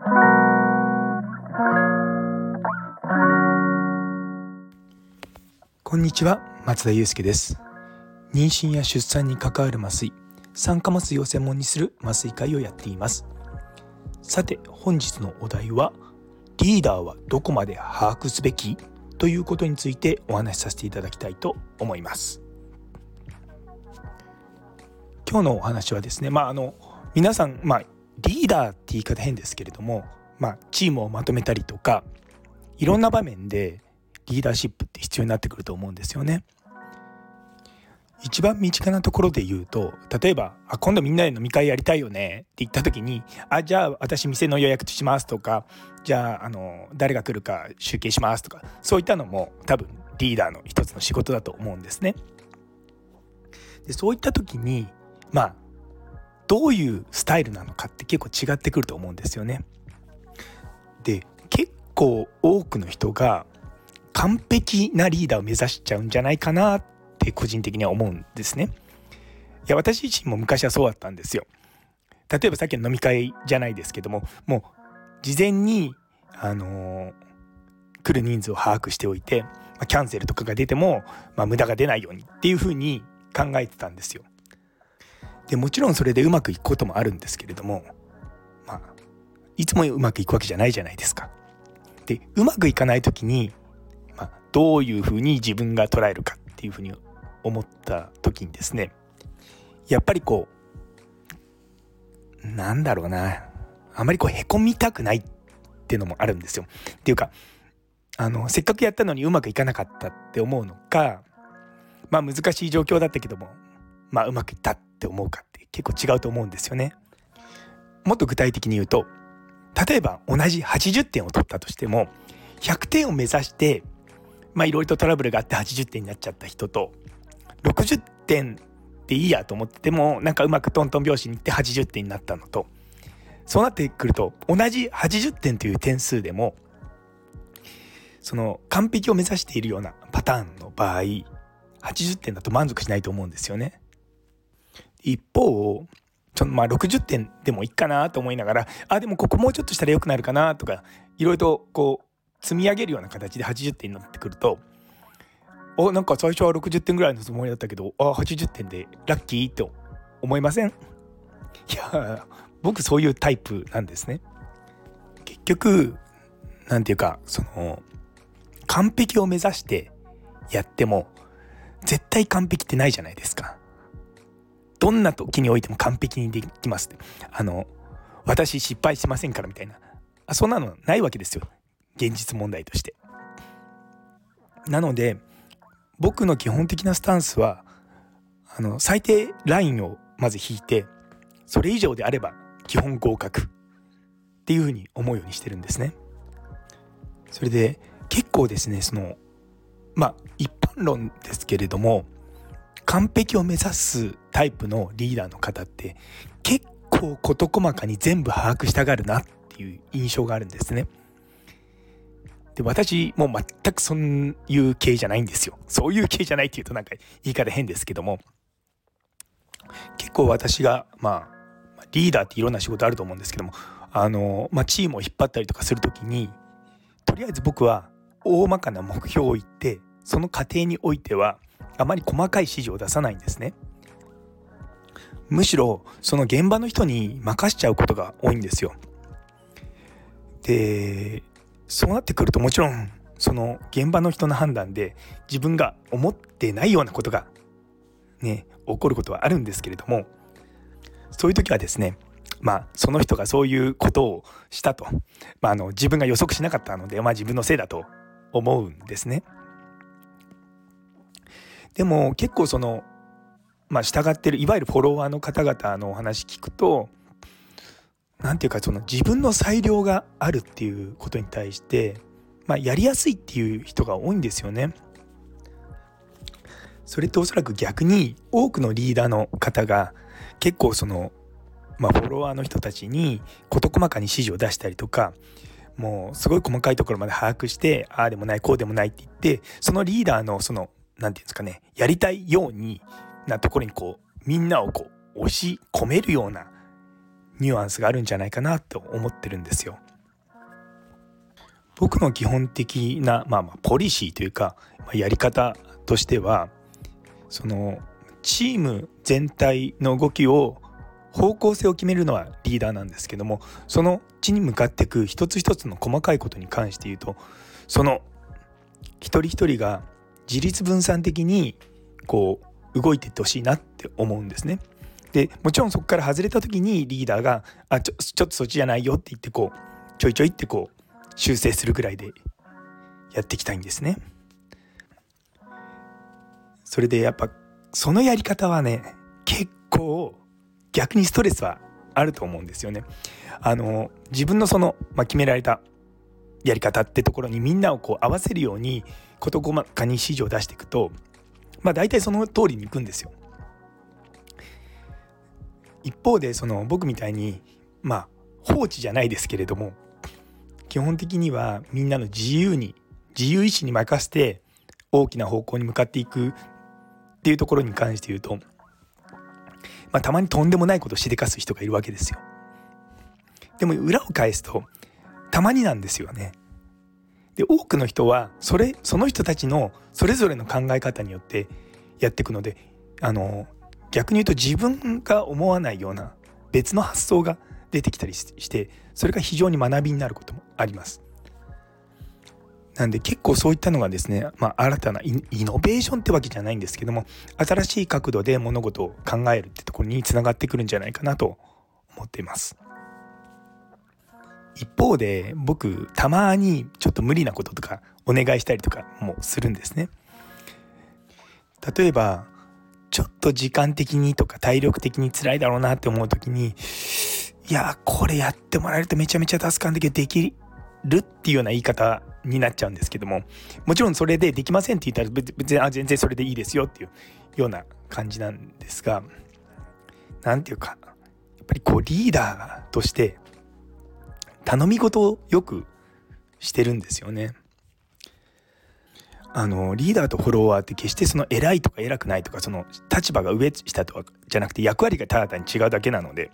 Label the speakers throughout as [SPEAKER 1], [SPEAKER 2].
[SPEAKER 1] こんにちは、松田祐介です。妊娠や出産に関わる麻酔、酸化麻酔を専門にする麻酔会をやっています。さて、本日のお題はリーダーはどこまで把握すべきということについてお話しさせていただきたいと思います。今日のお話はですね、皆さん、リーダーって言い方変ですけれども、チームをまとめたりとか、いろんな場面でリーダーシップって必要になってくると思うんですよね。一番身近なところで言うと、例えば今度みんなで飲み会やりたいよねって言った時に、じゃあ私店の予約しますとか、じゃあ誰が来るか集計しますとか、そういったのも多分リーダーの一つの仕事だと思うんですね。でそういった時にどういうスタイルなのかって結構違ってくると思うんですよね。で結構多くの人が完璧なリーダーを目指しちゃうんじゃないかなって個人的には思うんですね。私自身も昔はそうだったんですよ。例えばさっきの飲み会じゃないですけども、もう事前に来る人数を把握しておいて、キャンセルとかが出ても、無駄が出ないようにっていうふうに考えてたんですよ。でもちろんそれでうまくいくこともあるんですけれども、いつもうまくいくわけじゃないじゃないですか。でうまくいかない時にどういうふうに自分が捉えるかっていうふうに思った時にですね、やっぱりあまりへこみたくないっていうのもあるんですよ。っていうかせっかくやったのにうまくいかなかったって思うのか、難しい状況だったけどもうまくいったって思うかって結構違うと思うんですよね。もっと具体的に言うと、例えば同じ80点を取ったとしても100点を目指していろいろとトラブルがあって80点になっちゃった人と、60点でいいやと思っててもうまくトントン拍子にいって80点になったのと、そうなってくると同じ80点という点数でもその完璧を目指しているようなパターンの場合、80点だと満足しないと思うんですよね。一方60点でもいいかなと思いながら、でもここもうちょっとしたら良くなるかなとか、いろいろと積み上げるような形で80点になってくると、最初は60点ぐらいのつもりだったけど80点でラッキーと思いません？いや僕そういうタイプなんですね。結局完璧を目指してやっても絶対完璧ってないじゃないですか。どんな時においても完璧にできますって私失敗しませんからみたいな、そんなのないわけですよ、現実問題として。なので僕の基本的なスタンスは最低ラインをまず引いて、それ以上であれば基本合格っていうふうに思うようにしてるんですね。それで結構ですね、一般論ですけれども、完璧を目指すタイプのリーダーの方って結構事細かに全部把握したがるなっていう印象があるんですね。で私もう全くそういう系じゃないんですよ。そういう系じゃないっていうと言い方変ですけども、結構私がリーダーっていろんな仕事あると思うんですけども、チームを引っ張ったりとかするときに、とりあえず僕は大まかな目標を言って、その過程においてはあまり細かい指示を出さないんですね。むしろその現場の人に任しちゃうことが多いんですよ。でそうなってくると、もちろんその現場の人の判断で自分が思ってないようなことが起こることはあるんですけれども、そういう時はですね、その人がそういうことをしたと、自分が予測しなかったので、自分のせいだと思うんですね。でも結構従ってるいわゆるフォロワーの方々のお話聞くと、自分の裁量があるっていうことに対して、やりやすいっていう人が多いんですよね。それっておそらく逆に多くのリーダーの方が結構フォロワーの人たちに事細かに指示を出したりとか、もうすごい細かいところまで把握して、ああでもないこうでもないって言って、そのリーダーのやりたいようになところにみんなを押し込めるようなニュアンスがあるんじゃないかなと思ってるんですよ。僕の基本的な、ポリシーというか、やり方としては、そのチーム全体の動きを方向性を決めるのはリーダーなんですけども、その地に向かっていく一つ一つの細かいことに関して言うと、その一人一人が自立分散的にこう動いていってほしいなって思うんですね。でもちろんそこから外れた時にリーダーがちょっとそっちじゃないよって言ってちょいちょいって修正するぐらいでやっていきたいんですね。それでやっぱそのやり方はね、結構逆にストレスはあると思うんですよね。自分の決められたやり方ってところにみんなを合わせるように事細かに指示を出していくと、大体その通りにいくんですよ。一方で僕みたいに放置じゃないですけれども、基本的にはみんなの自由意志に任せて大きな方向に向かっていくっていうところに関して言うと、たまにとんでもないことをしでかす人がいるわけですよ。でも裏を返すとたまになんですよね。で多くの人はその人たちのそれぞれの考え方によってやっていくので、逆に言うと自分が思わないような別の発想が出てきたりして、それが非常に学びになることもあります。なんで結構そういったのがですね、新たなイノベーションってわけじゃないんですけども、新しい角度で物事を考えるってところにつながってくるんじゃないかなと思っています。一方で僕たまにちょっと無理なこととかお願いしたりとかもするんですね。例えばちょっと時間的にとか体力的に辛いだろうなって思う時に、いやこれやってもらえるとめちゃめちゃ助かるんだけどできるっていうような言い方になっちゃうんですけども、もちろんそれでできませんって言ったら別に全然それでいいですよっていうような感じなんですが、なんていうかやっぱりリーダーとして頼み事をよくしてるんですよね。リーダーとフォロワーって決して偉いとか偉くないとか立場が上下とかじゃなくて役割がただ単に違うだけなので、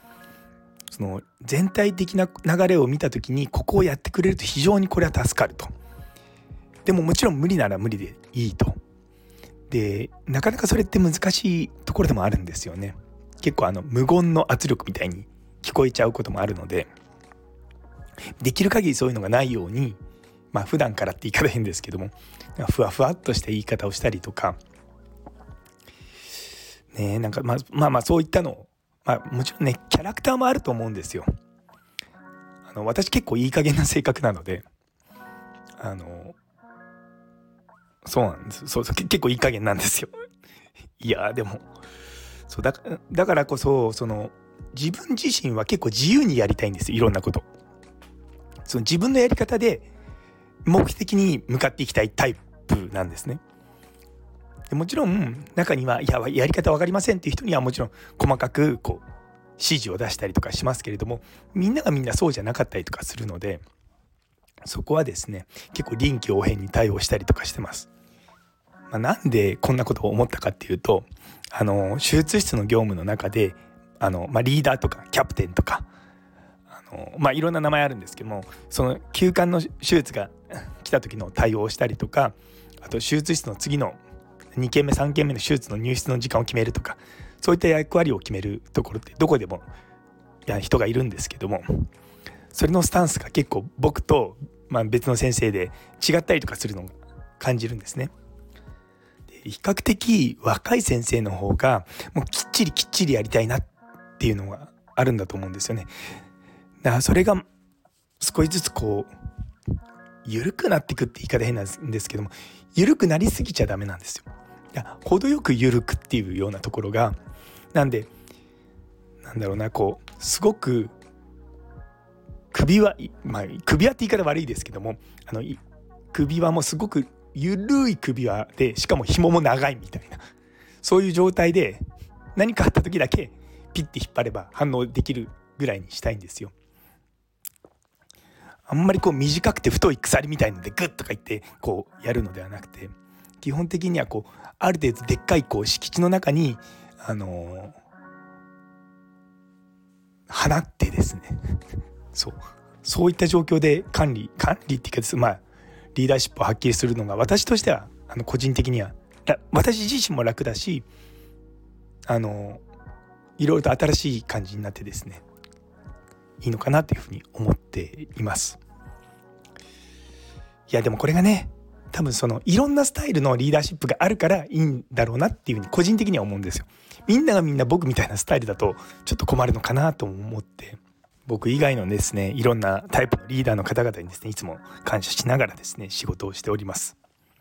[SPEAKER 1] 全体的な流れを見た時にここをやってくれると非常にこれは助かると。でももちろん無理なら無理でいいと。でなかなかそれって難しいところでもあるんですよね。結構無言の圧力みたいに聞こえちゃうこともあるので、できる限りそういうのがないように、普段からって言い方変ですけども、ふわふわっとした言い方をしたりとかね、なんかそういったのを、もちろんねキャラクターもあると思うんですよ。私結構いい加減な性格なので、そうなんです。結構いい加減なんですよ。いやでもだからこそ自分自身は結構自由にやりたいんですよ、いろんなこと。自分のやり方で目的に向かっていきたいタイプなんですね。でもちろん中にはやり方分かりませんっていう人にはもちろん細かく指示を出したりとかしますけれども、みんながみんなそうじゃなかったりとかするので、そこはですね結構臨機応変に対応したりとかしてます。なんでこんなことを思ったかっていうと、手術室の業務の中でリーダーとかキャプテンとかいろんな名前あるんですけども、急患の手術が来た時の対応をしたりとか、あと手術室の次の2件目3件目の手術の入室の時間を決めるとか、そういった役割を決めるところってどこでも人がいるんですけども、それのスタンスが結構僕と、別の先生で違ったりとかするのを感じるんですね。で比較的若い先生の方がもうきっちりやりたいなっていうのがあるんだと思うんですよね。だからそれが少しずつ緩くなっていくって言い方変なんですけども、緩くなりすぎちゃダメなんですよ。程よく緩くっていうようなところが、なんですごく首輪って言い方悪いですけども、首輪もすごく緩い首輪で、しかも紐も長いみたいな、そういう状態で何かあった時だけピッて引っ張れば反応できるぐらいにしたいんですよ。あんまり短くて太い鎖みたいのでグッとか言ってやるのではなくて、基本的にはある程度でっかい敷地の中に放ってですねそういった状況で管理っていうかです、リーダーシップを発揮するのが私としては個人的には私自身も楽だしいろいろと新しい感じになってですねいいのかなというふうに思っています。いやでもこれがね多分いろんなスタイルのリーダーシップがあるからいいんだろうなっていうふうに個人的には思うんですよ。みんながみんな僕みたいなスタイルだとちょっと困るのかなと思って、僕以外のですねいろんなタイプのリーダーの方々にですねいつも感謝しながらですね仕事をしております。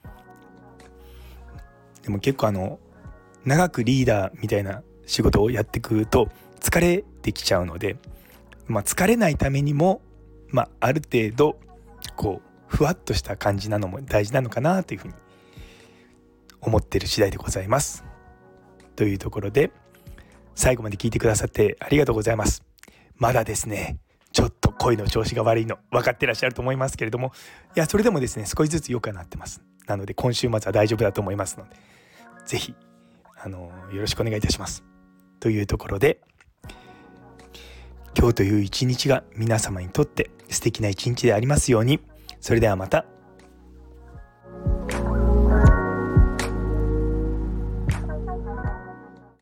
[SPEAKER 1] でも結構長くリーダーみたいな仕事をやっていくと疲れてきちゃうので、疲れないためにもある程度ふわっとした感じなのも大事なのかなというふうに思っている次第でございます。というところで最後まで聞いてくださってありがとうございます。まだですねちょっと声の調子が悪いの分かってらっしゃると思いますけれども、それでもですね少しずつ良くなってます。なので今週末は大丈夫だと思いますのでぜひよろしくお願いいたします。というところで今日という一日が皆様にとって素敵な一日でありますように。それではまた